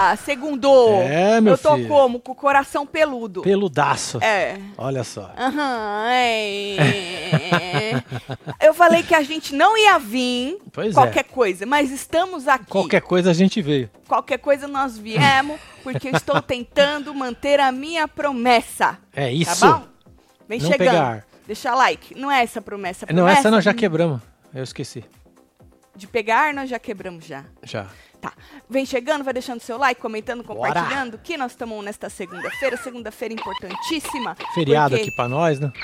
Segundou. É, meu Eu tô filho. como? Com o coração peludo. Peludaço. É. Olha só. Eu falei que a gente não ia vir, Pois qualquer coisa, mas estamos aqui. Qualquer coisa a gente veio. Qualquer coisa nós viemos, porque eu estou tentando manter a minha promessa. É isso. Tá bom? Vem Não chegando. pegar. Deixa like. Não é essa a promessa. Não, essa nós já quebramos. Eu esqueci. De pegar, nós já quebramos já. Já. Tá. Vem chegando, vai deixando seu like, comentando, Bora. compartilhando. Que nós estamos nesta segunda-feira. Segunda-feira importantíssima. Feriado porque... aqui pra nós, né?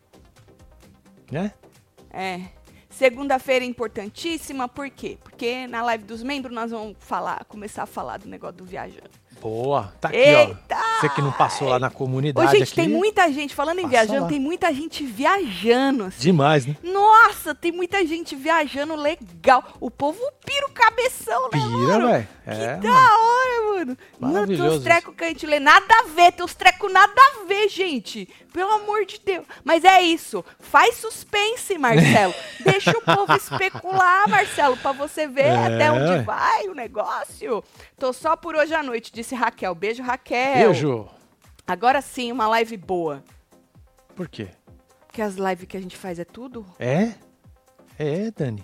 Né? É. Segunda-feira importantíssima, por quê? Porque na live dos membros nós vamos começar a falar do negócio do viajando. Boa. Tá aqui, Eita! ó. Você que não passou lá na comunidade Ô, gente, aqui. tem muita gente, falando em Passa viajando, lá. tem muita gente viajando. Assim. Demais, né? Nossa, tem muita gente viajando legal. O povo pira o cabeção, né, Pira, mano? velho. Que É, da mano. hora, mano. Mano, tem Maravilhoso uns trecos que a gente lê. Nada a ver, tem uns trecos nada a ver, gente. Pelo amor de Deus. Mas é isso. Faz suspense, Marcelo. Deixa o povo especular, Marcelo, pra você ver até onde vai o negócio. Tô só por hoje à noite, disse Raquel. Beijo, Raquel. Beijo. Agora sim, uma live boa. Por quê? Porque as lives que a gente faz é tudo. É? É, Dani.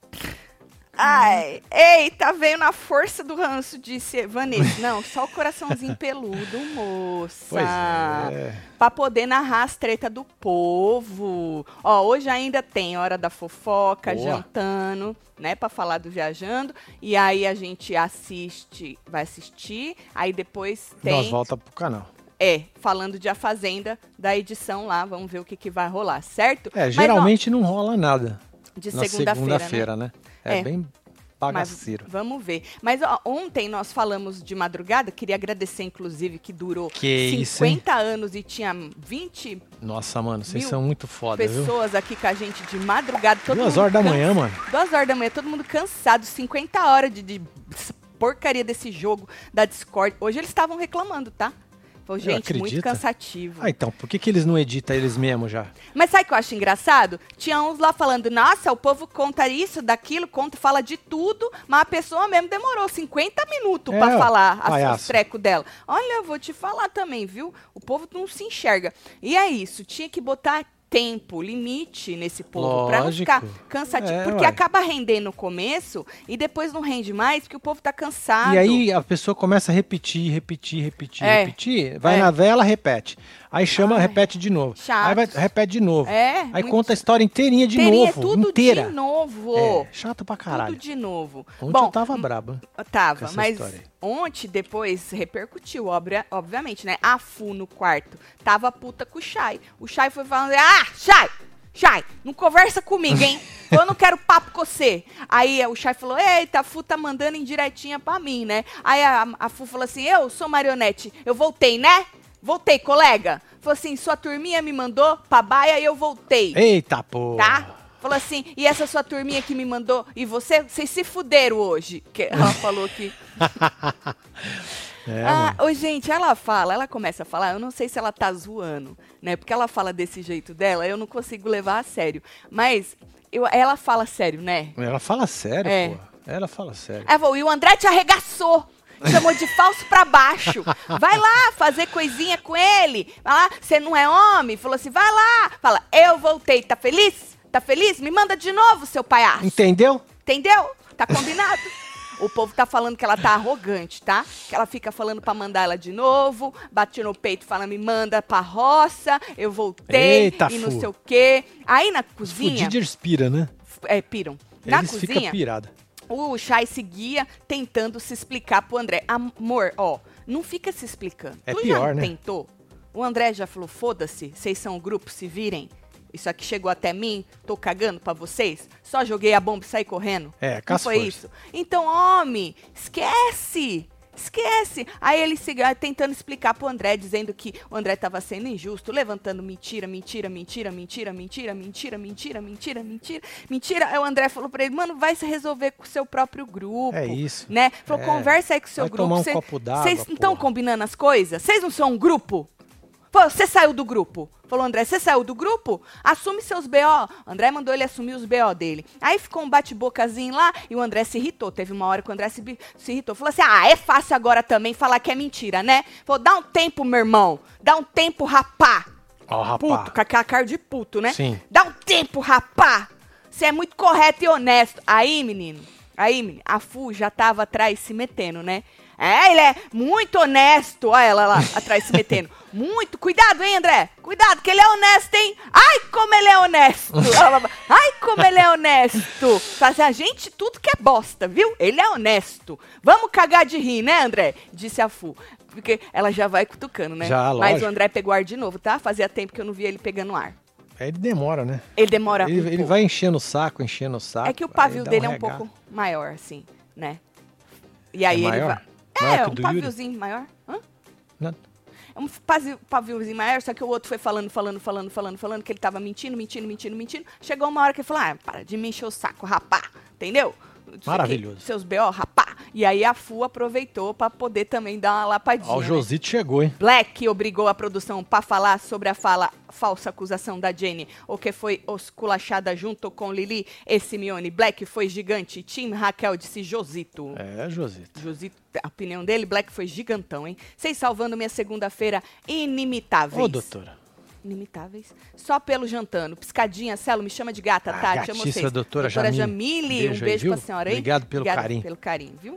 Ai, eita, veio na força do ranço, disse Vanessa. Não, só o coraçãozinho peludo, moça. Pois é. Pra poder narrar as tretas do povo. Ó, hoje ainda tem Hora da Fofoca, Boa. jantando, né, pra falar do Viajando. E aí a gente vai assistir, aí depois tem... Nós volta pro canal. Falando de A Fazenda, da edição lá, vamos ver o que vai rolar, certo? Mas, Geralmente não rola nada de na segunda-feira, né? É bem mas bagaceiro. vamos ver. Mas ó, ontem nós falamos de madrugada, queria agradecer, inclusive, que durou 50 anos e tinha 20 Nossa, mano, vocês mil são muito foda, viu? pessoas aqui com a gente de madrugada. 2 horas da manhã, mano. 2 horas da manhã, todo mundo cansado, 50 horas de porcaria desse jogo da Discord. Hoje eles estavam reclamando, tá? Falei, gente, muito cansativo. Ah, então, por que eles não editam eles mesmos já? Mas sabe o que eu acho engraçado? Tinha uns lá falando, nossa, o povo conta isso, daquilo, fala de tudo, mas a pessoa mesmo demorou 50 minutos pra falar os trecos dela. Olha, eu vou te falar também, viu? O povo não se enxerga. E é isso, tinha que botar tempo, limite nesse povo, pra não ficar cansativo. Porque acaba rendendo no começo e depois não rende mais, porque o povo tá cansado. E aí a pessoa começa a repetir. Vai na vela, repete. Aí chama, repete de novo. Chato. Aí repete de novo. Aí muito... conta a história inteirinha de novo. Tudo inteira. de novo. Chato pra caralho. Tudo de novo. Ontem eu tava braba. Tava, mas ontem depois repercutiu, obviamente, né? A Fu no quarto tava puta com o Chay. O Chay foi falando, Chay, não conversa comigo, hein? Eu não quero papo com você. Aí o Chay falou, eita, a Fu tá mandando indiretinha pra mim, né? Aí a Fu falou assim, eu sou marionete, eu voltei, né? Voltei, colega. Falou assim, sua turminha me mandou pra baia e eu voltei. Eita, pô. Tá? Falou assim, e essa sua turminha que me mandou, e vocês se fuderam hoje. Que ela falou que... gente, ela começa a falar, eu não sei se ela tá zoando, né? Porque ela fala desse jeito dela, eu não consigo levar a sério. Mas ela fala sério, né? Ela fala sério, pô. Ela fala sério. E o André te arregaçou. Chamou de falso pra baixo. Vai lá fazer coisinha com ele. Vai lá, você não é homem? Falou assim, vai lá. Fala, eu voltei, tá feliz? Tá feliz? Me manda de novo, seu palhaço. Entendeu? Tá combinado? O povo tá falando que ela tá arrogante, tá? Que ela fica falando pra mandar ela de novo, bate no peito, fala, me manda pra roça, eu voltei, e não sei o quê. Aí na cozinha... Os fudidos piram, né? Piram. Na Eles cozinha... ficam pirados. O Chay seguia tentando se explicar pro André. Amor, não fica se explicando. É tu pior, já né? tentou? O André já falou, foda-se, vocês são um grupo, se virem. Isso aqui chegou até mim, tô cagando pra vocês. Só joguei a bomba e saí correndo. Não foi isso? Então, homem, esquece. Aí ele seguia tentando explicar pro André, dizendo que o André tava sendo injusto, levantando mentira. Aí o André falou pra ele, mano, vai se resolver com o seu próprio grupo. É isso. Né? Falou, conversa aí com o seu grupo. Tomar um copo d'água, vocês não estão combinando as coisas? Vocês não são um grupo? Pô, você saiu do grupo. Falou, André, você saiu do grupo? Assume seus BO. André mandou ele assumir os BO dele. Aí ficou um bate-bocazinho lá e o André se irritou. Teve uma hora que o André se irritou. Falou assim, é fácil agora também falar que é mentira, né? Falou, dá um tempo, meu irmão. Dá um tempo, rapá. Rapá. Puto, com aquela cara de puto, né? Sim. Dá um tempo, rapá. Você é muito correto e honesto. Aí, menino, a Fu já tava atrás se metendo, né? Ele é muito honesto. Olha ela lá atrás se metendo. Muito. Cuidado, hein, André? Cuidado, que ele é honesto, hein? Ai, como ele é honesto. Ai, como ele é honesto. Fazer a gente tudo que é bosta, viu? Ele é honesto. Vamos cagar de rir, né, André? Disse a Fu. Porque ela já vai cutucando, né? Já, mas lógico. o André pegou ar de novo, tá? Fazia tempo que eu não via ele pegando ar. Ele demora, né? Ele demora Ele vai enchendo o saco. É que o pavio dele é um pouco maior, assim, né? E aí ele vai... um paviozinho maior. Hã? Não. É um paviozinho maior, só que o outro foi falando, que ele tava mentindo. Chegou uma hora que ele falou, para de me encher o saco, rapá, entendeu? Maravilhoso. Seus B.O., rapá. E aí a Fu aproveitou pra poder também dar uma lapadinha. Ó, o Josito chegou, hein? Black obrigou a produção pra falar sobre a falsa acusação da Jenny, o que foi esculachada junto com Lili e Simeone. Black foi gigante. Tim Raquel disse Josito. Josito. Josito, a opinião dele, Black foi gigantão, hein? Vocês salvando minha segunda-feira inimitáveis. Ô, doutora. Inimitáveis. Só pelo jantando. Piscadinha, Celo, me chama de gata, tá? Te amo vocês. Doutora Jamile. Um beijo pra senhora aí. Obrigado pelo carinho. Pelo carinho, viu?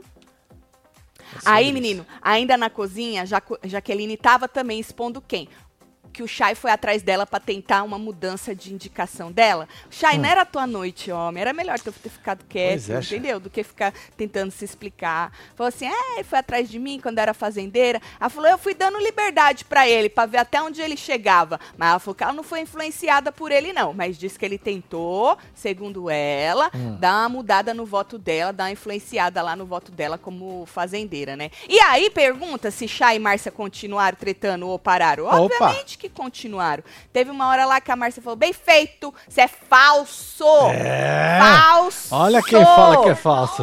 Aí, menino, ainda na cozinha, Jaqueline tava também expondo quem? Que o Chay foi atrás dela pra tentar uma mudança de indicação dela. Chay, não era a tua noite, homem. Era melhor tu ter ficado quieto, entendeu? Do que ficar tentando se explicar. Falou assim, ele foi atrás de mim quando era fazendeira. Ela falou, eu fui dando liberdade pra ele, pra ver até onde ele chegava. Mas ela falou que ela não foi influenciada por ele, não. Mas disse que ele tentou, segundo ela, dar uma mudada no voto dela, dar uma influenciada lá no voto dela como fazendeira, né? E aí, pergunta se Chay e Márcia continuaram tretando ou pararam. Obviamente que continuaram. Teve uma hora lá que a Márcia falou, bem feito, você é falso. Falso. Olha quem fala que é falso.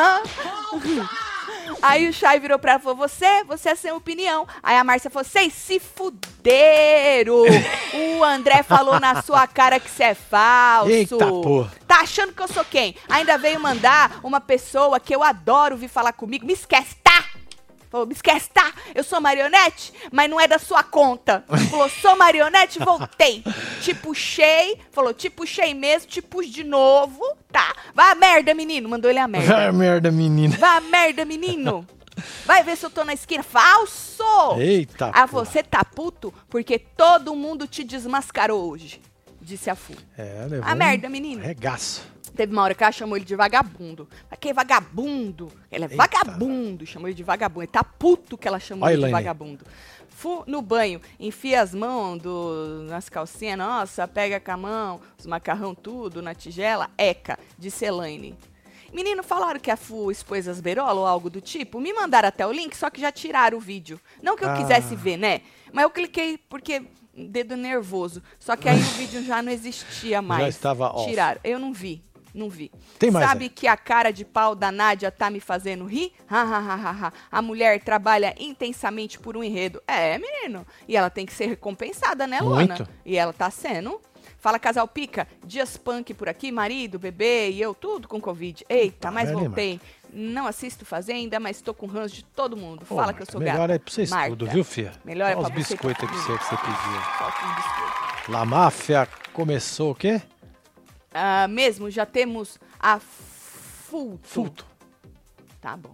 Aí o Chay virou pra ela e falou, você é sem opinião. Aí a Márcia falou, vocês se fuderam. O André falou na sua cara que você é falso. Eita, porra. Tá achando que eu sou quem? Ainda veio mandar uma pessoa que eu adoro vir falar comigo. Me esquece, tá? Falou, me esquece, tá? Eu sou marionete, mas não é da sua conta. Falou, sou marionete, voltei. Te puxei, falou, te puxei mesmo, te pus de novo, tá? Vai a merda, menino. Mandou ele a merda. Vai a merda, menina. Vai a merda, menino. Vai ver se eu tô na esquina. Falso! Eita, Aí você tá puto porque todo mundo te desmascarou hoje. Disse a Fu. Levou a merda, menino. Regaço. Teve uma hora que ela chamou ele de vagabundo. Mas que vagabundo? Ele é vagabundo. Chamou ele de vagabundo. Ele tá puto que ela chamou ele de vagabundo. Fu no banho, enfia as mãos nas calcinhas. Nossa, pega com a mão, os macarrão tudo na tigela. Eca, disse Elaine. Menino, falaram que a Fu expôs as berolas ou algo do tipo? Me mandaram até o link, só que já tiraram o vídeo. Não que eu quisesse ver, né? Mas eu cliquei porque... dedo nervoso. Só que aí o vídeo já não existia mais. Já estava off. Tiraram. Eu não vi. Não vi. Tem mais, Sabe que a cara de pau da Nádia tá me fazendo rir? A mulher trabalha intensamente por um enredo. Menino. E ela tem que ser recompensada, né, Luana? Muito. E ela tá sendo. Fala, casal pica. Dias punk por aqui, marido, bebê e eu, tudo com Covid. Eita, mas voltei. Não assisto Fazenda, mas tô com ranço de todo mundo. Fala que eu sou gata. Melhor é pra vocês tudo, viu, filha? Melhor é pra os biscoitos que você pediu. Falta um biscoito. La Máfia começou o quê? Mesmo, já temos a Fulto. Tá bom.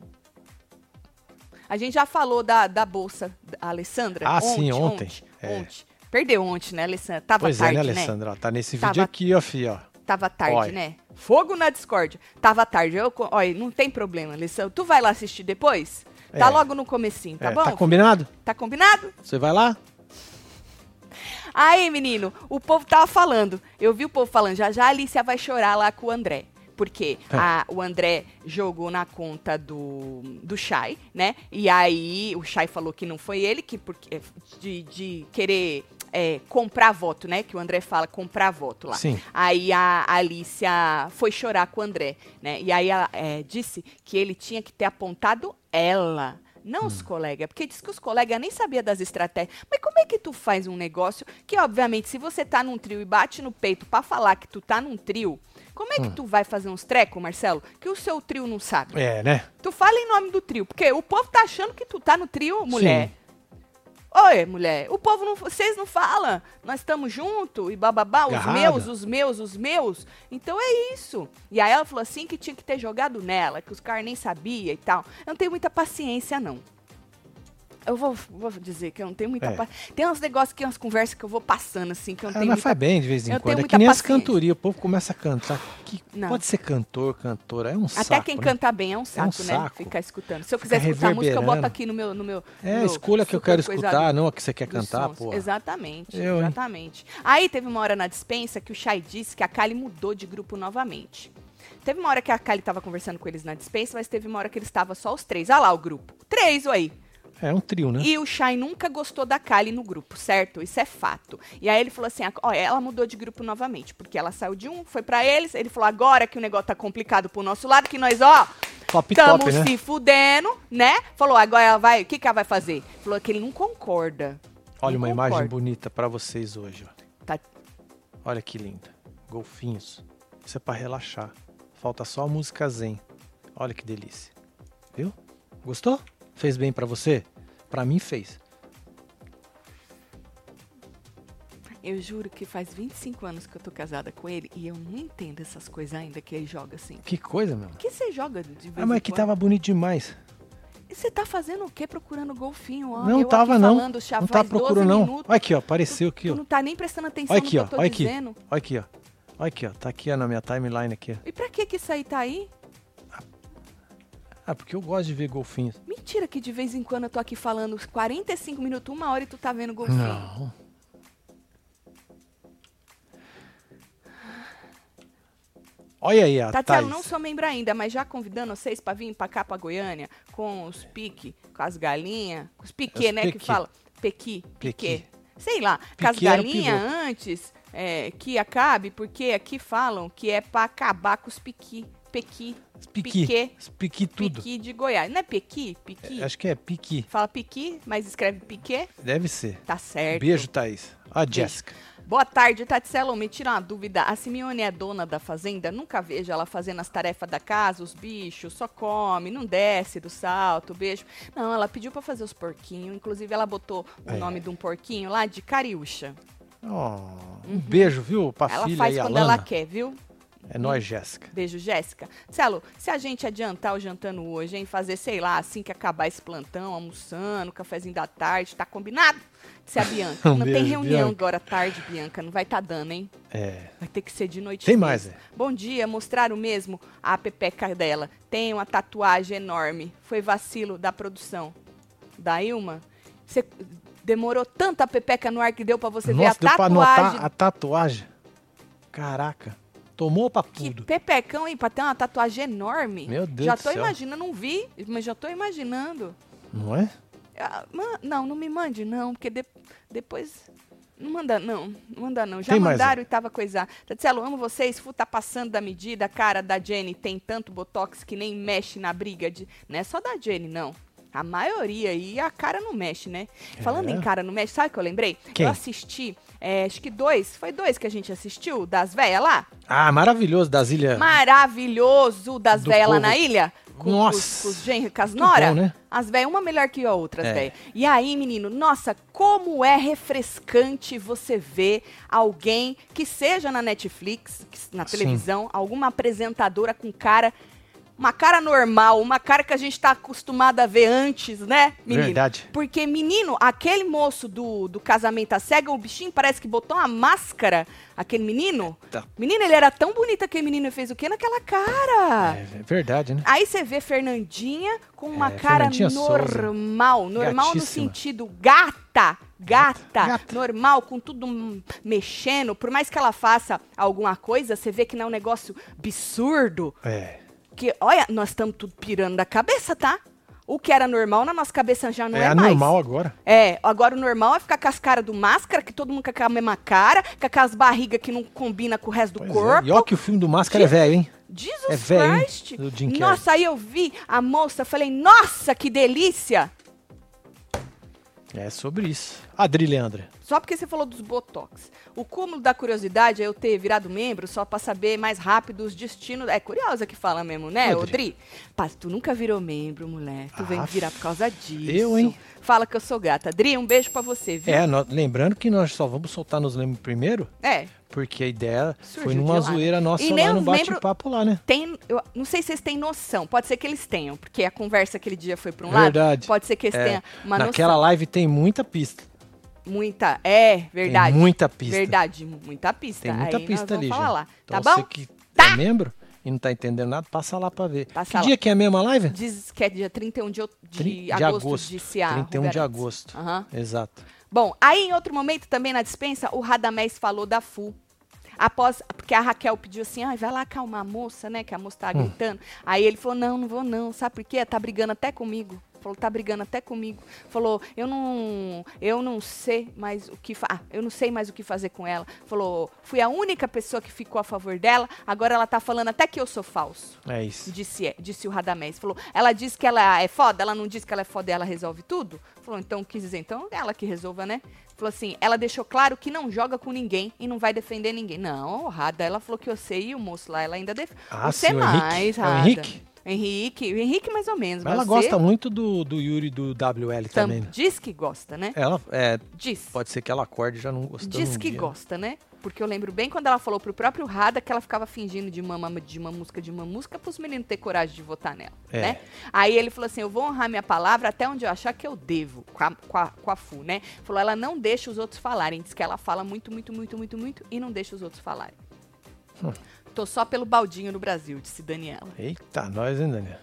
A gente já falou da bolsa da Alessandra. Sim, ontem. Ontem. Perdeu ontem, né, Alessandra? Tava tarde, né, Alessandra? Né? Tá nesse vídeo aqui, ó, filha. Tava tarde, né? Fogo na Discord. Tava tarde. Olha, não tem problema, Alessandra. Tu vai lá assistir depois? Tá logo no comecinho, tá bom? Tá combinado? Tá combinado? Você vai lá? Aí, menino, o povo tava falando. Eu vi o povo falando, já a Alicia vai chorar lá com o André. Porque o André jogou na conta do Chay, né? E aí o Chay falou que não foi ele, que de querer comprar voto, né? Que o André fala comprar voto lá. Sim. Aí a Alicia foi chorar com o André, né? E aí ela disse que ele tinha que ter apontado ela. não os colegas. Porque diz que os colegas nem sabiam das estratégias. Mas como é que tu faz um negócio que, obviamente, se você tá num trio e bate no peito pra falar que tu tá num trio, como é que tu vai fazer uns trecos, Marcelo, que o seu trio não sabe? É, né? Tu fala em nome do trio, porque o povo tá achando que tu tá no trio, mulher. Sim. Oi, mulher, o povo não, vocês não falam, nós estamos juntos e bababá, os meus. Então é isso. E aí ela falou assim que tinha que ter jogado nela, que os caras nem sabiam e tal. Eu não tenho muita paciência, não. Eu vou dizer que eu não tenho muita paciência. Tem uns negócios que, umas conversas que eu vou passando, assim, que eu não tenho mas muita... faz bem de vez em quando. É que nem as cantorias, o povo começa a cantar. Pode ser cantor, cantora, é um saco. Até quem canta bem é um saco, né? Ficar escutando. Se eu quiser escutar música, eu boto aqui no meu escolha que eu quero escutar, não a que você quer cantar, pô. Exatamente, exatamente. Aí teve uma hora na dispensa que o Chay disse que a Kali mudou de grupo novamente. Teve uma hora que a Kali tava conversando com eles na dispensa, mas teve uma hora que eles estavam só os 3. Olha lá o grupo. 3, aí. É um trio, né? E o Chay nunca gostou da Kali no grupo, certo? Isso é fato. E aí ele falou assim, ela mudou de grupo novamente, porque ela saiu de um, foi pra eles, ele falou, agora que o negócio tá complicado pro nosso lado, que nós, estamos se fudendo, né? Falou, agora ela vai, o que ela vai fazer? Falou que ele não concorda. Olha uma imagem bonita pra vocês hoje, ó. Tá. Olha que linda. Golfinhos. Isso é pra relaxar. Falta só a música zen. Olha que delícia. Viu? Gostou? Fez bem pra você? Pra mim fez. Eu juro que faz 25 anos que eu tô casada com ele e eu não entendo essas coisas ainda que ele joga assim. Que coisa, meu? Que você joga de vez em quando? Mas que tava bonito demais. E você tá fazendo o quê procurando golfinho? Ó, não tava não. Não tá procurando não. Olha aqui, ó. Apareceu aqui, ó. Tu não tá nem prestando atenção no que eu tô dizendo. Olha aqui, ó. Olha aqui, ó. Tá aqui ó, na minha timeline aqui, ó. E pra que isso aí tá aí? Porque eu gosto de ver golfinhos. Mentira que de vez em quando eu tô aqui falando 45 minutos, 1 hora e tu tá vendo golfinho. Não. Olha aí a Tatiana, eu não sou membro ainda, mas já convidando vocês pra vir pra cá, pra Goiânia, com os pique, com as galinhas, com os piquê, né, que fala. Piquê. Sei lá, com as galinhas antes que acabe, porque aqui falam que é pra acabar com os piqui tudo. Piqui de Goiás. Não é piqui? Acho que é piqui. Fala piqui, mas escreve piquê? Deve ser. Tá certo. Beijo, Thaís. A Jéssica. Boa tarde, Tatselo. Me tira uma dúvida. A Simeone é dona da fazenda? Nunca vejo ela fazendo as tarefas da casa, os bichos, só come, não desce do salto, beijo. Não, ela pediu pra fazer os porquinhos. Inclusive, ela botou o nome de um porquinho lá de Cariúcha. Um beijo, viu, pra filha Ela faz quando ela quer, viu? É nóis, Jéssica. Beijo, Jéssica. Celo, se a gente adiantar o jantando hoje, hein, fazer, sei lá, assim que acabar esse plantão, almoçando, cafezinho da tarde, tá combinado? Disse a Bianca. Não tem reunião agora tarde, Bianca, não vai tá dando, hein? Vai ter que ser de noite. Tem mais, Bom dia, mostraram mesmo a pepeca dela. Tem uma tatuagem enorme. Foi vacilo da produção. Da Ilma? Você demorou tanto a pepeca no ar que deu pra você ver a tatuagem. Deu pra anotar a tatuagem? Caraca. Tomou pra tudo. Que pepecão, hein? Pra ter uma tatuagem enorme. Meu Deus do céu. Já tô imaginando, não vi, mas já tô imaginando. Não é? Não me mande não, porque depois... Não manda não. Já tem mandaram e tava coisado. Tatielo, amo vocês, tá passando da medida, a cara da Jenny tem tanto botox que nem mexe na briga de... Não é só da Jenny, não. A maioria aí, a cara não mexe, né? Falando em cara não mexe, sabe o que eu lembrei? Quem? Eu assisti, acho que foi dois que a gente assistiu, das véias lá. Ah, maravilhoso, das ilhas. Maravilhoso, das véias lá na ilha. Nossa. Com os genros, com as nora. Bom, né? As véias, uma melhor que a outra, as véias. E aí, menino, nossa, como é refrescante você ver alguém que seja na Netflix, na televisão, alguma apresentadora com uma cara normal, uma cara que a gente tá acostumado a ver antes, né, menino? Verdade. Porque, menino, aquele moço do Casamento à Cega, o bichinho parece que botou uma máscara, aquele menino. Tá. Menino, ele era tão bonito, aquele menino fez o quê naquela cara? É verdade, né? Aí você vê Fernandinha com uma cara normal no sentido gata, normal, com tudo mexendo. Por mais que ela faça alguma coisa, você vê que não é um negócio absurdo. É. Que, olha, nós estamos tudo pirando da cabeça, tá? O que era normal na nossa cabeça já não é mais. É anormal agora. Agora o normal é ficar com as caras do Máscara, que todo mundo com a mesma cara, com aquelas barrigas que não combina com o resto do corpo. E olha que o filme do Máscara é velho, hein? Jesus velho, Christ. Hein? Nossa, aí eu vi a moça, falei, nossa, que delícia. É sobre isso. Adri Leandra. Só porque você falou dos Botox. O cúmulo da curiosidade é eu ter virado membro só pra saber mais rápido os destinos. É curiosa que fala mesmo, né, Odri? Pá, tu nunca virou membro, mulher. Tu vem virar por causa disso. Eu, hein? Fala que eu sou gata. Adri, um beijo pra você, viu? Lembrando que nós só vamos soltar nos membros primeiro. Porque a ideia foi numa zoeira nossa lá no bate-papo lá, né? Eu não sei se vocês têm noção. Pode ser que eles tenham, porque a conversa aquele dia foi pra um lado. Verdade. Pode ser que eles tenham uma noção. Naquela live tem muita pista. Verdade. Tem muita pista. Verdade, muita pista. Tem muita pista ali, gente. Lá. Então tá bom? Você que é membro e não tá entendendo nada, passa lá pra ver. Que dia que é a mesma live? Diz que é dia 31 de agosto, disse a 31 de agosto. Exato. Bom, aí em outro momento também na dispensa, o Radamés falou da FU. Porque a Raquel pediu assim, vai lá acalmar a moça, né, que a moça tá gritando. Aí ele falou, não vou não, sabe por quê? Tá brigando até comigo. Falou, tá brigando até comigo. Falou, eu não sei mais o que eu não sei mais o que fazer com ela. Falou, fui a única pessoa que ficou a favor dela, agora ela tá falando até que eu sou falso. É isso. Disse o Radamés. Falou, ela disse que ela é foda, ela não disse que ela é foda e ela resolve tudo? Falou, então quis dizer, então ela que resolva, né? Falou assim, ela deixou claro que não joga com ninguém e não vai defender ninguém. Não, Rada, ela falou que eu sei e o moço lá, ela ainda defende. Você mais, Rada. O Henrique mais ou menos. Mas ela gosta muito do Yuri do WL também. Né? Diz que gosta, né? Ela diz. Pode ser que ela acorde já não gostando. Diz que gosta, né? Porque eu lembro bem quando ela falou pro próprio Rada que ela ficava fingindo de uma música pros meninos ter coragem de votar nela, né? Aí ele falou assim, eu vou honrar minha palavra até onde eu achar que eu devo com a FU, né? Falou, ela não deixa os outros falarem. Diz que ela fala muito e não deixa os outros falarem. Tô só pelo baldinho no Brasil, disse Daniela. Eita, nós, hein, Daniela?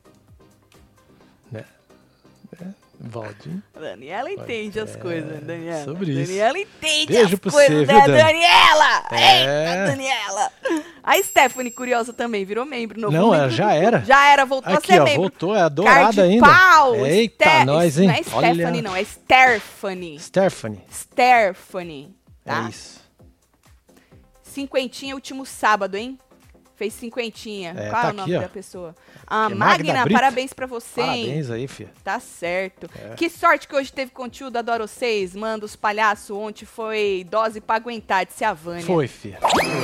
Né? Baldinho. Daniela entende as coisas, Daniela. Sobre isso. Daniela entende Beijo as pra coisas, você, né, viu, Daniela? Eita, Daniela. A Stephanie, curiosa também, virou membro. Não, ela já era. Já era, voltou aqui, a ser ó, membro. Voltou, é adorada ainda. Pau, eita, nós, hein? Não é Stephanie, não, é Stephanie. Stephanie, tá? É isso. Cinquentinha último sábado, hein? Fez cinquentinha. Qual tá é o nome aqui, da pessoa? Magna, parabéns pra você, Parabéns aí, filha. Tá certo. Que sorte que hoje teve conteúdo, adoro vocês. Manda os palhaços, ontem foi dose pra aguentar, disse a Vânia. Foi, filha.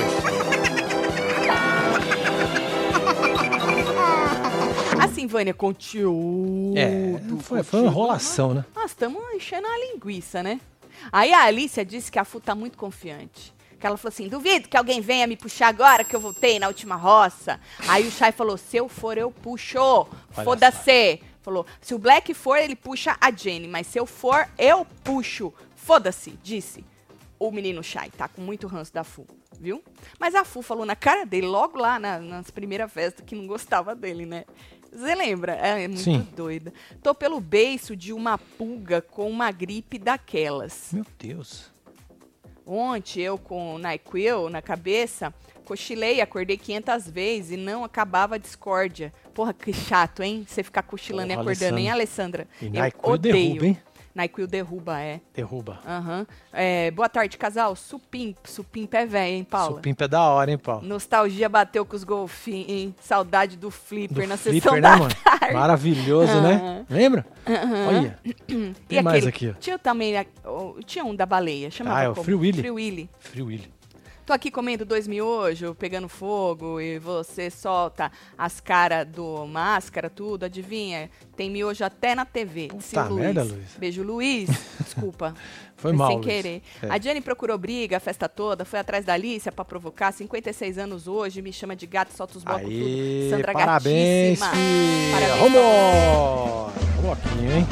Assim, Vânia, conteúdo. Foi uma enrolação, né? Nós estamos enchendo a linguiça, né? Aí a Alicia disse que a FU tá muito confiante. Que ela falou assim, duvido que alguém venha me puxar agora que eu voltei na última roça. Aí o Chay falou, se eu for, eu puxo. Foda-se. Falou, se o Black for, ele puxa a Jenny. Mas se eu for, eu puxo. Foda-se, disse o menino Chay. Tá com muito ranço da FU, viu? Mas a FU falou na cara dele, logo lá nas primeiras festas, que não gostava dele, né? Você lembra? É muito Sim. doida. Tô pelo beiço de uma pulga com uma gripe daquelas. Meu Deus. Ontem, eu com o NyQuil na cabeça, cochilei, acordei 500 vezes e não acabava a discórdia. Porra, que chato, hein? Você ficar cochilando e acordando, hein, Alessandra? E NyQuil derruba, hein? NyQuil derruba, Derruba. Boa tarde, casal. Supim pé velho, hein, Paula? Supim pé da hora, hein, Paula? Nostalgia bateu com os golfinhos, hein? Saudade do Flipper na Flipper, sessão né, da mano? tarde. Maravilhoso, né? Lembra? Olha. Tem mais aqui, ó. Tinha também, tinha um da baleia, chamava é o como? Free Willy. Free Willy. Tô aqui comendo 2 miojos, pegando fogo, e você solta as caras do Máscara, tudo, adivinha? Tem miojo até na TV. Puta merda, Luiz. Beijo, Luiz. Desculpa. Foi mal, sem Luiz. querer. A Jenny procurou briga a festa toda, foi atrás da Alicia pra provocar. 56 anos hoje, me chama de gato, solta os blocos tudo. Sandra parabéns, gatíssima. Filha. Parabéns. Vamos! Um bloquinho, hein?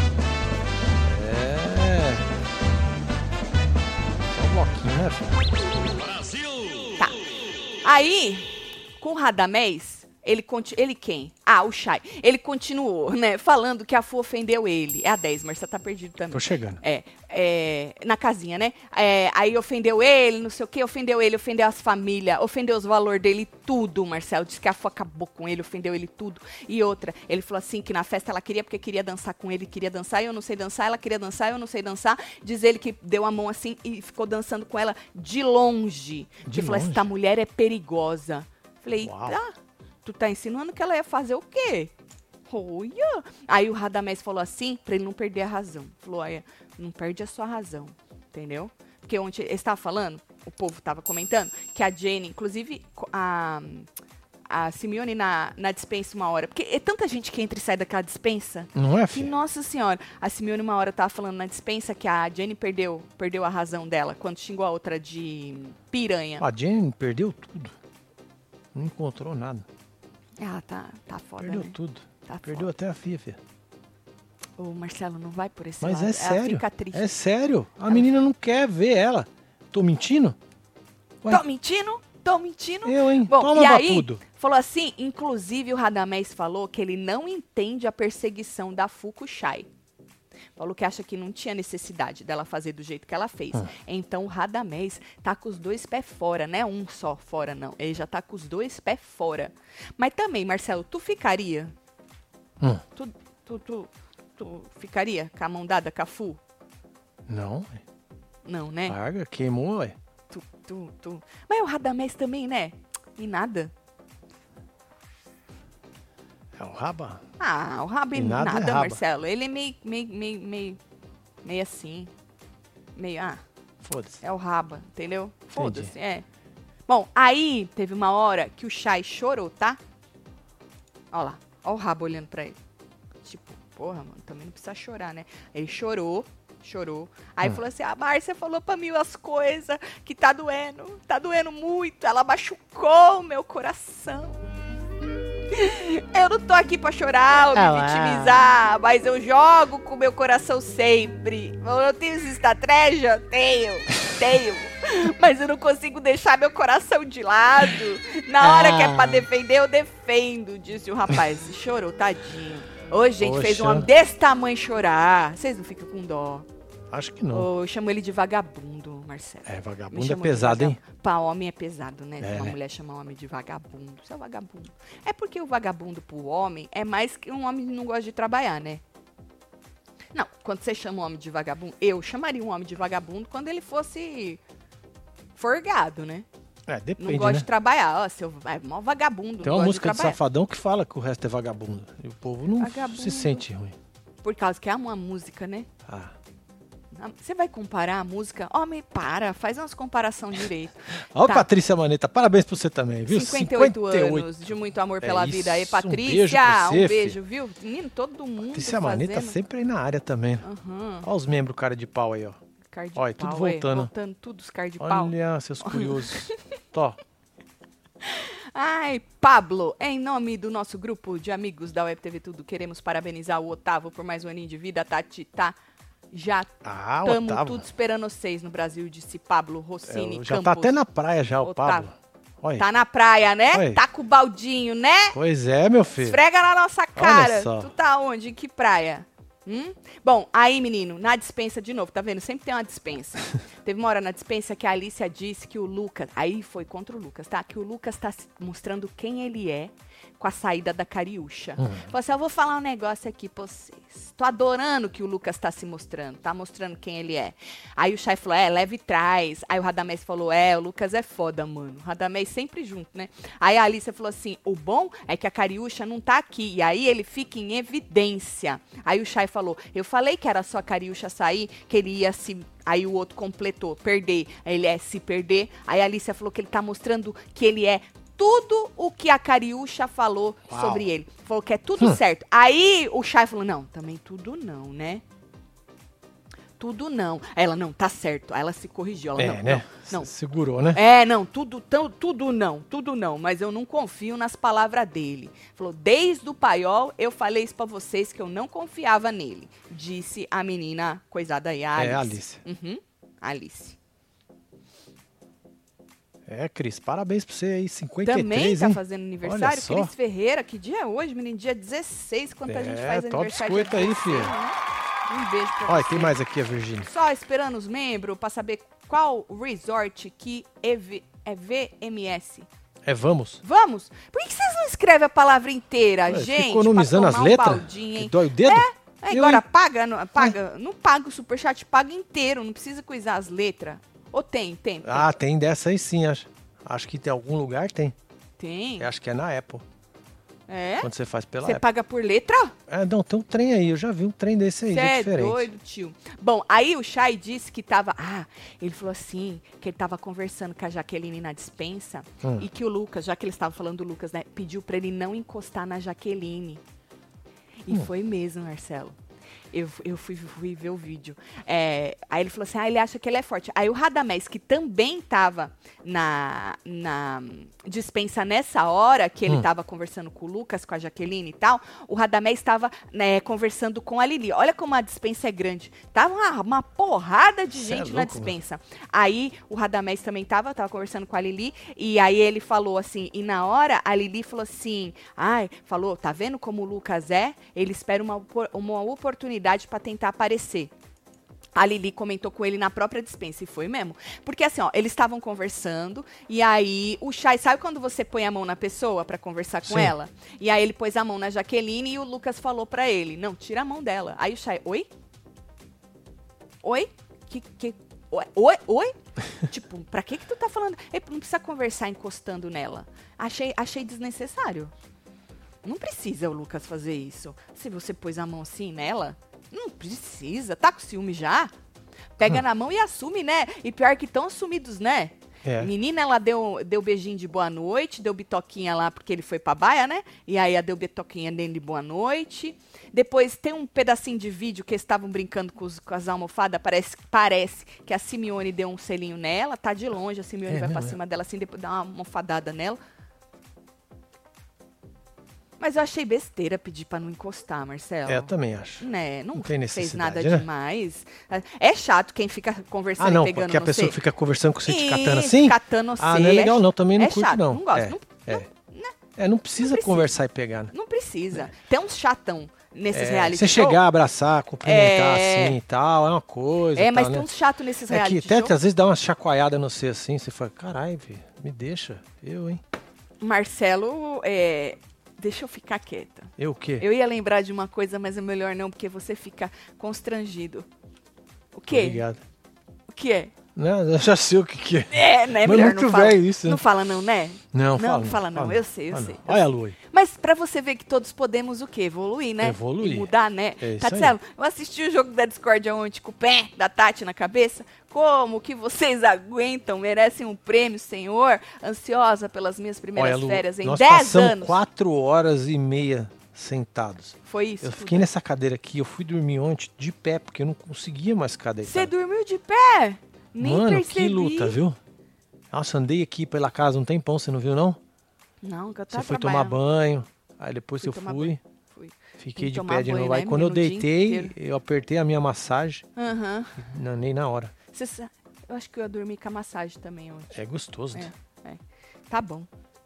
Só um bloquinho, né, filho? Tá. Aí, com o Radamés, Ele quem? Ah, o Chay. Ele continuou, né, falando que a Fu ofendeu ele. É a 10, mas você tá perdido também. Tô chegando. Na casinha, né? Aí ofendeu ele, não sei o quê, ofendeu as famílias, ofendeu os valores dele, tudo, Marcelo. Disse que a Fu acabou com ele, ofendeu ele tudo. E outra, ele falou assim que na festa ela queria, porque queria dançar com ele, queria dançar, e eu não sei dançar, ela queria dançar, eu não sei dançar. Diz ele que deu a mão assim e ficou dançando com ela de longe. Ele falou, essa mulher é perigosa. Falei, tu tá insinuando que ela ia fazer o quê? Olha! Aí o Radamés falou assim, pra ele não perder a razão. Falou, olha, não perde a sua razão, entendeu? Porque ontem, ele estava falando, o povo estava comentando, que a Jenny, inclusive a Simeone na dispensa uma hora, porque é tanta gente que entra e sai daquela dispensa. Não é, filho? Que, nossa senhora, a Simeone uma hora estava falando na dispensa que a Jenny perdeu a razão dela, quando xingou a outra de piranha. A Jenny perdeu tudo. Não encontrou nada. Ela tá foda, perdeu, né? Tudo. Tá perdeu foda. Até a Fifi. Ô, Marcelo, não vai por esse Mas lado. é sério. Ela fica triste. É sério. A menina não quer ver ela. Tô mentindo? Ué? Tô mentindo? Eu, hein? Bom, toma e aí, tudo. falou assim, inclusive o Radamés falou que ele não entende a perseguição da Fuku Chay. Falou que acha que não tinha necessidade dela fazer do jeito que ela fez. Então o Radamés tá com os 2 pés fora, né? Um só fora, não. Ele já tá com os 2 pés fora. Mas também, Marcelo, tu ficaria? Tu ficaria com a mão dada com a Fu? Não. Não, né? Larga, queimou, ué. Mas o Radamés também, né? E nada. É o Raba? Ah, o Raba e nada, é raba. Marcelo. Ele é meio assim. Foda-se. É o Raba, entendeu? Foda-se, Bom, aí teve uma hora que o Chay chorou, tá? Ó lá, ó o Raba olhando pra ele. Tipo, porra, mano, também não precisa chorar, né? Ele chorou. Aí falou assim, a Márcia falou pra mim as coisas que tá doendo muito. Ela machucou o meu coração. Eu não tô aqui pra chorar ou me vitimizar, mas eu jogo com o meu coração sempre. Eu tenho essa estratégia? Tenho. Mas eu não consigo deixar meu coração de lado. Na hora que é pra defender, eu defendo, disse o rapaz. E chorou, tadinho. Ô, gente, fez um homem desse tamanho chorar. Vocês não ficam com dó? Acho que não. Eu chamo ele de vagabundo, Marcelo. Vagabundo é pesado, hein? Pra homem é pesado, né? Se uma mulher chamar um homem de vagabundo. Você é vagabundo. É porque o vagabundo pro homem é mais que um homem que não gosta de trabalhar, né? Não, quando você chama um homem de vagabundo, eu chamaria um homem de vagabundo quando ele fosse forgado, né? Depende, não gosta né? de trabalhar. É mó vagabundo. Tem uma música de Safadão que fala que o resto é vagabundo. E o povo não se sente ruim. Por causa que é uma música, né? Você vai comparar a música? Homem, faz umas comparação direito. Ó, Patrícia Maneta, parabéns pra você também, viu? 58 anos de muito amor pela vida. Aí, Patrícia, um beijo, viu? Menino, todo mundo Patrícia Maneta sempre aí na área também. Ó os membros cara de pau aí, ó. Olha, tudo voltando. Voltando tudo os cara de pau. Olha, seus curiosos. Tó. Ai, Pablo, em nome do nosso grupo de amigos da Web TV Tudo, queremos parabenizar o Otávio por mais um aninho de vida. Tati, já estamos tudo esperando vocês no Brasil, disse Pablo Rossini já Campos. Tá até na praia já, o Pablo. Olha. Tá na praia, né? Olha. Tá com o baldinho, né? Pois é, meu filho. Esfrega na nossa cara. Olha só. Tu tá onde? Em que praia? Bom, aí, menino, na dispensa de novo, tá vendo? Sempre tem uma dispensa. Teve uma hora na dispensa que a Alicia disse que o Lucas... Aí foi contra o Lucas, tá? Que o Lucas tá mostrando quem ele é com a saída da Cariúcha. Falou assim, eu vou falar um negócio aqui pra vocês. Tô adorando que o Lucas tá se mostrando. Tá mostrando quem ele é. Aí o Chay falou, leve e traz. Aí o Radamés falou, o Lucas é foda, mano. O Radamés sempre junto, né? Aí a Alicia falou assim, o bom é que a Cariúcha não tá aqui. E aí ele fica em evidência. Aí o Chay falou, eu falei que era só a Cariúcha sair, que ele ia se... Aí o outro completou, perder. Aí ele se perder. Aí a Alicia falou que ele tá mostrando que ele é tudo o que a Cariúcha falou sobre ele. Falou que é tudo certo. Aí o Chay falou, não, também tudo não, né? Tudo não. Aí ela, não, tá certo. Aí ela se corrigiu. Ela, não. Segurou, né? Não, tudo não. Mas eu não confio nas palavras dele. Falou, desde o paiol, eu falei isso pra vocês que eu não confiava nele. Disse a menina coisada aí, a Alice. Alice. Alice. Cris, parabéns pra você aí, 53, também tá hein? fazendo aniversário. Cris Ferreira, que dia é hoje, menino? Dia 16, quando a gente faz aniversário. Biscoito aí, filho. Né? Um beijo pra você. Olha, tem mais aqui, a Virgínia. Só esperando os membros pra saber qual resort que é VMS. Vamos? Vamos? Por que vocês não escrevem a palavra inteira, gente? Economizando as letras? Que dói o dedo? Agora paga, não paga o superchat, paga inteiro, não precisa coisar as letras. Ou tem? Ah, tem dessa aí sim, acho. Acho que tem algum lugar, tem. Tem? Eu acho que é na Apple. Quando você faz pela Apple. Você paga por letra? Não, tem um trem aí, eu já vi um trem desse aí, é diferente. Doido, tio. Bom, aí o Chay disse que tava... ele falou assim, que ele tava conversando com a Jaqueline na despensa e que o Lucas, já que eles estavam falando do Lucas, né, pediu pra ele não encostar na Jaqueline. E foi mesmo, Marcelo. Eu fui ver o vídeo. Aí ele falou assim, ele acha que ele é forte. Aí o Radamés, que também tava na dispensa nessa hora, que ele tava conversando com o Lucas, com a Jaqueline e tal, o Radamés estava conversando com a Lili. Olha como a dispensa é grande. Tava uma porrada de gente na dispensa. Aí o Radamés também tava conversando com a Lili, e aí ele falou assim, e na hora a Lili falou assim, falou, tá vendo como o Lucas é? Ele espera uma oportunidade para tentar aparecer. A Lili comentou com ele na própria dispensa, e foi mesmo. Porque assim, eles estavam conversando, e aí o Chay, sabe quando você põe a mão na pessoa para conversar com ela? E aí ele pôs a mão na Jaqueline e o Lucas falou para ele, não, tira a mão dela. Aí o Chay, oi? Oi? Oi? Tipo, pra que tu tá falando? Não precisa conversar encostando nela. Achei desnecessário. Não precisa o Lucas fazer isso. Se você pôs a mão assim nela, não precisa. Tá com ciúme já? Pega na mão e assume, né? E pior que estão assumidos, né? Menina, ela deu beijinho de boa noite, deu bitoquinha lá porque ele foi pra baia, né? E aí ela deu bitoquinha dentro de boa noite. Depois tem um pedacinho de vídeo que eles estavam brincando com as almofadas. Parece que a Simeone deu um selinho nela. Tá de longe, a Simeone vai pra cima dela assim, depois dá uma almofadada nela. Mas eu achei besteira pedir pra não encostar, Marcelo. Eu também acho. Né? Não tem fez nada né? demais. É chato quem fica conversando e pegando porque a pessoa fica conversando com você te catando Isso, assim? Catando você. Não é legal não, também não curto chato, não. Não gosto. Não precisa conversar e pegar, né? Não precisa. Tem uns chatão nesses reality show. Você chegar, abraçar, cumprimentar assim e tal, é uma coisa. Mas tal, tem né? uns chatos nesses reality que até show. às vezes dá uma chacoalhada no você assim, você fala, caralho, me deixa, hein? Marcelo, deixa eu ficar quieta. Eu o quê? Eu ia lembrar de uma coisa, mas é melhor não, porque você fica constrangido. O quê? Obrigado. O que é? Não, eu já sei o que é. Né? Mas Melhor muito não fala. velho isso. Não fala não, né? Não fala não. Eu sei. Olha a lua aí. Mas pra você ver que todos podemos o quê? Evoluir, né? Evoluir. E mudar, né? Tatselo, eu assisti o jogo da Discord ontem com o pé da Tati na cabeça. Como que vocês aguentam? Merecem um prêmio, senhor? Ansiosa pelas minhas primeiras férias em 10 anos. Nós passamos 4 horas e meia sentados. Foi isso? Eu fiquei nessa cadeira aqui, eu fui dormir ontem de pé, porque eu não conseguia mais ficar deitado. Você dormiu de pé? Nem percebi. Que luta, viu? Nossa, andei aqui pela casa um tempão, você não viu, não? Não, que eu tava Você foi tomar banho, aí depois eu fui. Fiquei de pé de novo. Aí quando eu deitei, eu apertei a minha massagem. Não, nem na hora. Eu acho que eu ia dormir com a massagem também ontem. É gostoso. Tá bom.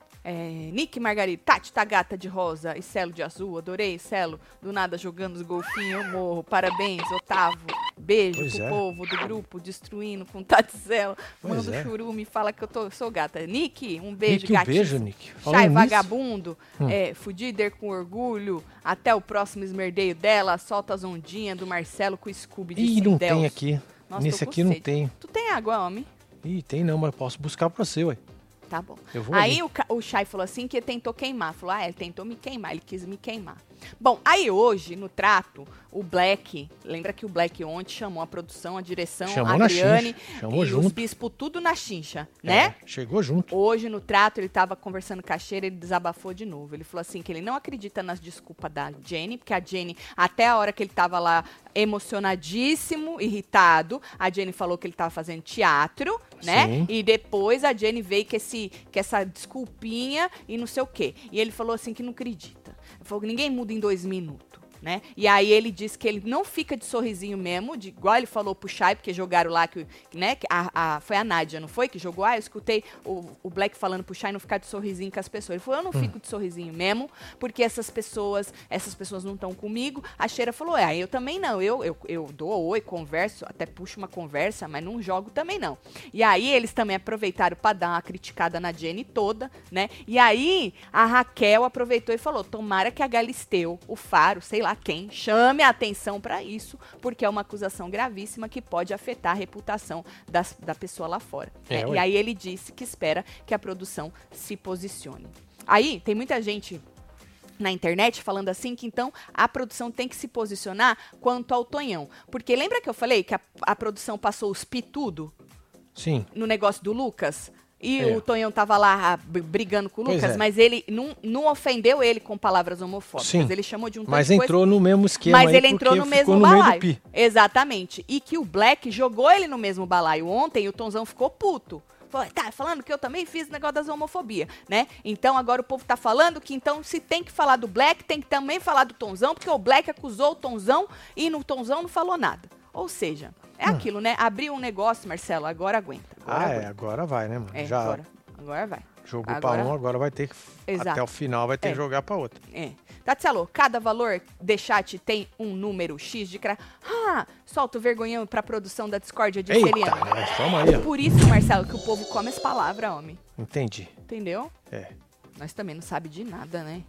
Nick Margarida, Tati tá gata de rosa e Celo de azul, adorei, Celo, do nada jogando os golfinhos, eu morro, parabéns, Otávio, beijo pro povo do grupo, destruindo com Tati Celo, manda o churume, fala que eu sou gata. Nick, um beijo, gatinho. Beijo, Nick. Chay vagabundo, fudider com orgulho, até o próximo esmerdeio dela, solta as ondinhas do Marcelo com o Scooby de Ih, não tem aqui. Nossa, nesse aqui não tem. Tu tem água, homem? Ih, tem não, mas eu posso buscar pra você, ué. Tá bom. Aí o Chay falou assim que ele tentou queimar. Falou, ele tentou me queimar, ele quis me queimar. Bom, aí hoje, no trato, o Black, lembra que o Black ontem chamou a produção, a direção, a Adriane e os bispos tudo na chincha, né? Chegou junto. Hoje, no trato, ele tava conversando com a Cheira, ele desabafou de novo. Ele falou assim que ele não acredita nas desculpas da Jenny, porque a Jenny, até a hora que ele tava lá emocionadíssimo, irritado, a Jenny falou que ele tava fazendo teatro, né? Sim. E depois a Jenny veio com essa desculpinha e não sei o quê. E ele falou assim que não acredita. Ele falou que ninguém muda em 2 minutos. né? E aí ele disse que ele não fica de sorrisinho mesmo, igual ele falou pro Chay, porque jogaram lá, né? Foi a Nádia, não foi? Que jogou, eu escutei o Black falando pro Chay não ficar de sorrisinho com as pessoas. Ele falou, eu não fico de sorrisinho mesmo, porque essas pessoas não estão comigo. A Cheira falou, eu também não, eu dou oi, converso, até puxo uma conversa, mas não jogo também não. E aí eles também aproveitaram pra dar uma criticada na Jenny toda, né? E aí a Raquel aproveitou e falou, tomara que a Galisteu, o Faro, sei lá quem, chame a atenção para isso, porque é uma acusação gravíssima que pode afetar a reputação da pessoa lá fora. E aí ele disse que espera que a produção se posicione. Aí tem muita gente na internet falando assim que então a produção tem que se posicionar quanto ao Tonhão. Porque lembra que eu falei que a produção passou os pi tudo? Sim. No negócio do Lucas? E o Tonhão tava lá brigando com o Lucas, mas ele não ofendeu ele com palavras homofóbicas. Sim. Ele chamou de um tanto Mas de entrou coisa, no mesmo esquema. Mas ele entrou no mesmo balaio. Exatamente. E que o Black jogou ele no mesmo balaio ontem e o Tonzão ficou puto. Falou, tá falando que eu também fiz o negócio das homofobia, né? Então agora o povo tá falando que então se tem que falar do Black, tem que também falar do Tonzão, porque o Black acusou o Tonzão e no Tonzão não falou nada. Ou seja, é aquilo, né? Abriu um negócio, Marcelo, agora aguenta. Agora vai, né, mano? Agora vai. Jogou pra um, agora vai ter que... Exato. Até o final vai ter que jogar pra outro. Tatselo, cada valor de chat tem um número X de solta o vergonhão pra produção da discórdia de Celiano. Toma aí. Por isso, Marcelo, que o povo come as palavras, homem. Entendi. Entendeu? Nós também não sabe de nada, né?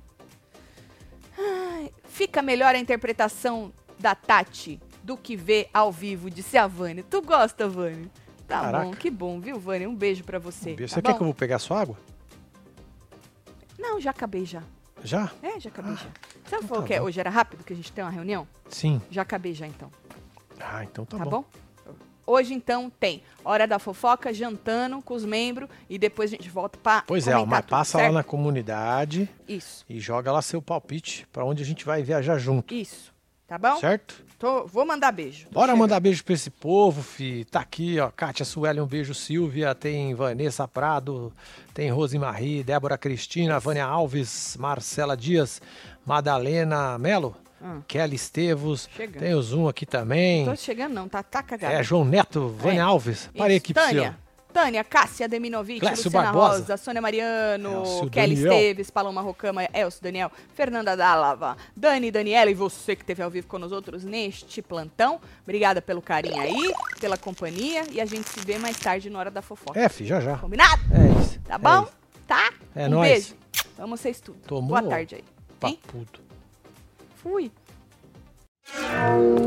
Fica melhor a interpretação da Tati do que ver ao vivo, disse a Vânia. Tu gosta, Vânia? Tá Caraca. Bom, que bom, viu, Vânia? Um beijo pra você. Tá você quer que eu vou pegar sua água? Não, já acabei já. Já? Já acabei já. Você não falou que hoje era rápido, que a gente tem uma reunião? Sim. Já acabei já, então. Então tá bom. Hoje, então, tem Hora da Fofoca, jantando com os membros e depois a gente volta pra comentar mas passa tudo, lá na comunidade. Isso. E joga lá seu palpite pra onde a gente vai viajar junto. Isso. Tá bom? Certo? Vou mandar beijo. Bora mandar beijo pra esse povo, fi. Tá aqui, ó. Kátia Sueli, um beijo. Silvia, tem Vanessa Prado, tem Rosemarie, Débora Cristina, Vânia Alves, Marcela Dias, Madalena Melo, Kelly Estevos. Chegando. Tem o Zoom aqui também. Não tô chegando não, tá cagado. João Neto, Vânia Alves. Parei aqui pro seu. Tânia, Cássia Deminovich, Clécio Luciana Barbosa. Rosa, Sônia Mariano, Kelly Esteves, Paloma Rocama, Elcio Daniel, Fernanda Dálava, Dani Daniela e você que esteve ao vivo com nós outros neste plantão. Obrigada pelo carinho aí, pela companhia e a gente se vê mais tarde na Hora da Fofoca. Já. Combinado? Isso. Tá bom? Isso. Tá? Um nóis. Beijo. Amo vocês tudo. Tomou? Boa tarde aí. Papudo. Fui.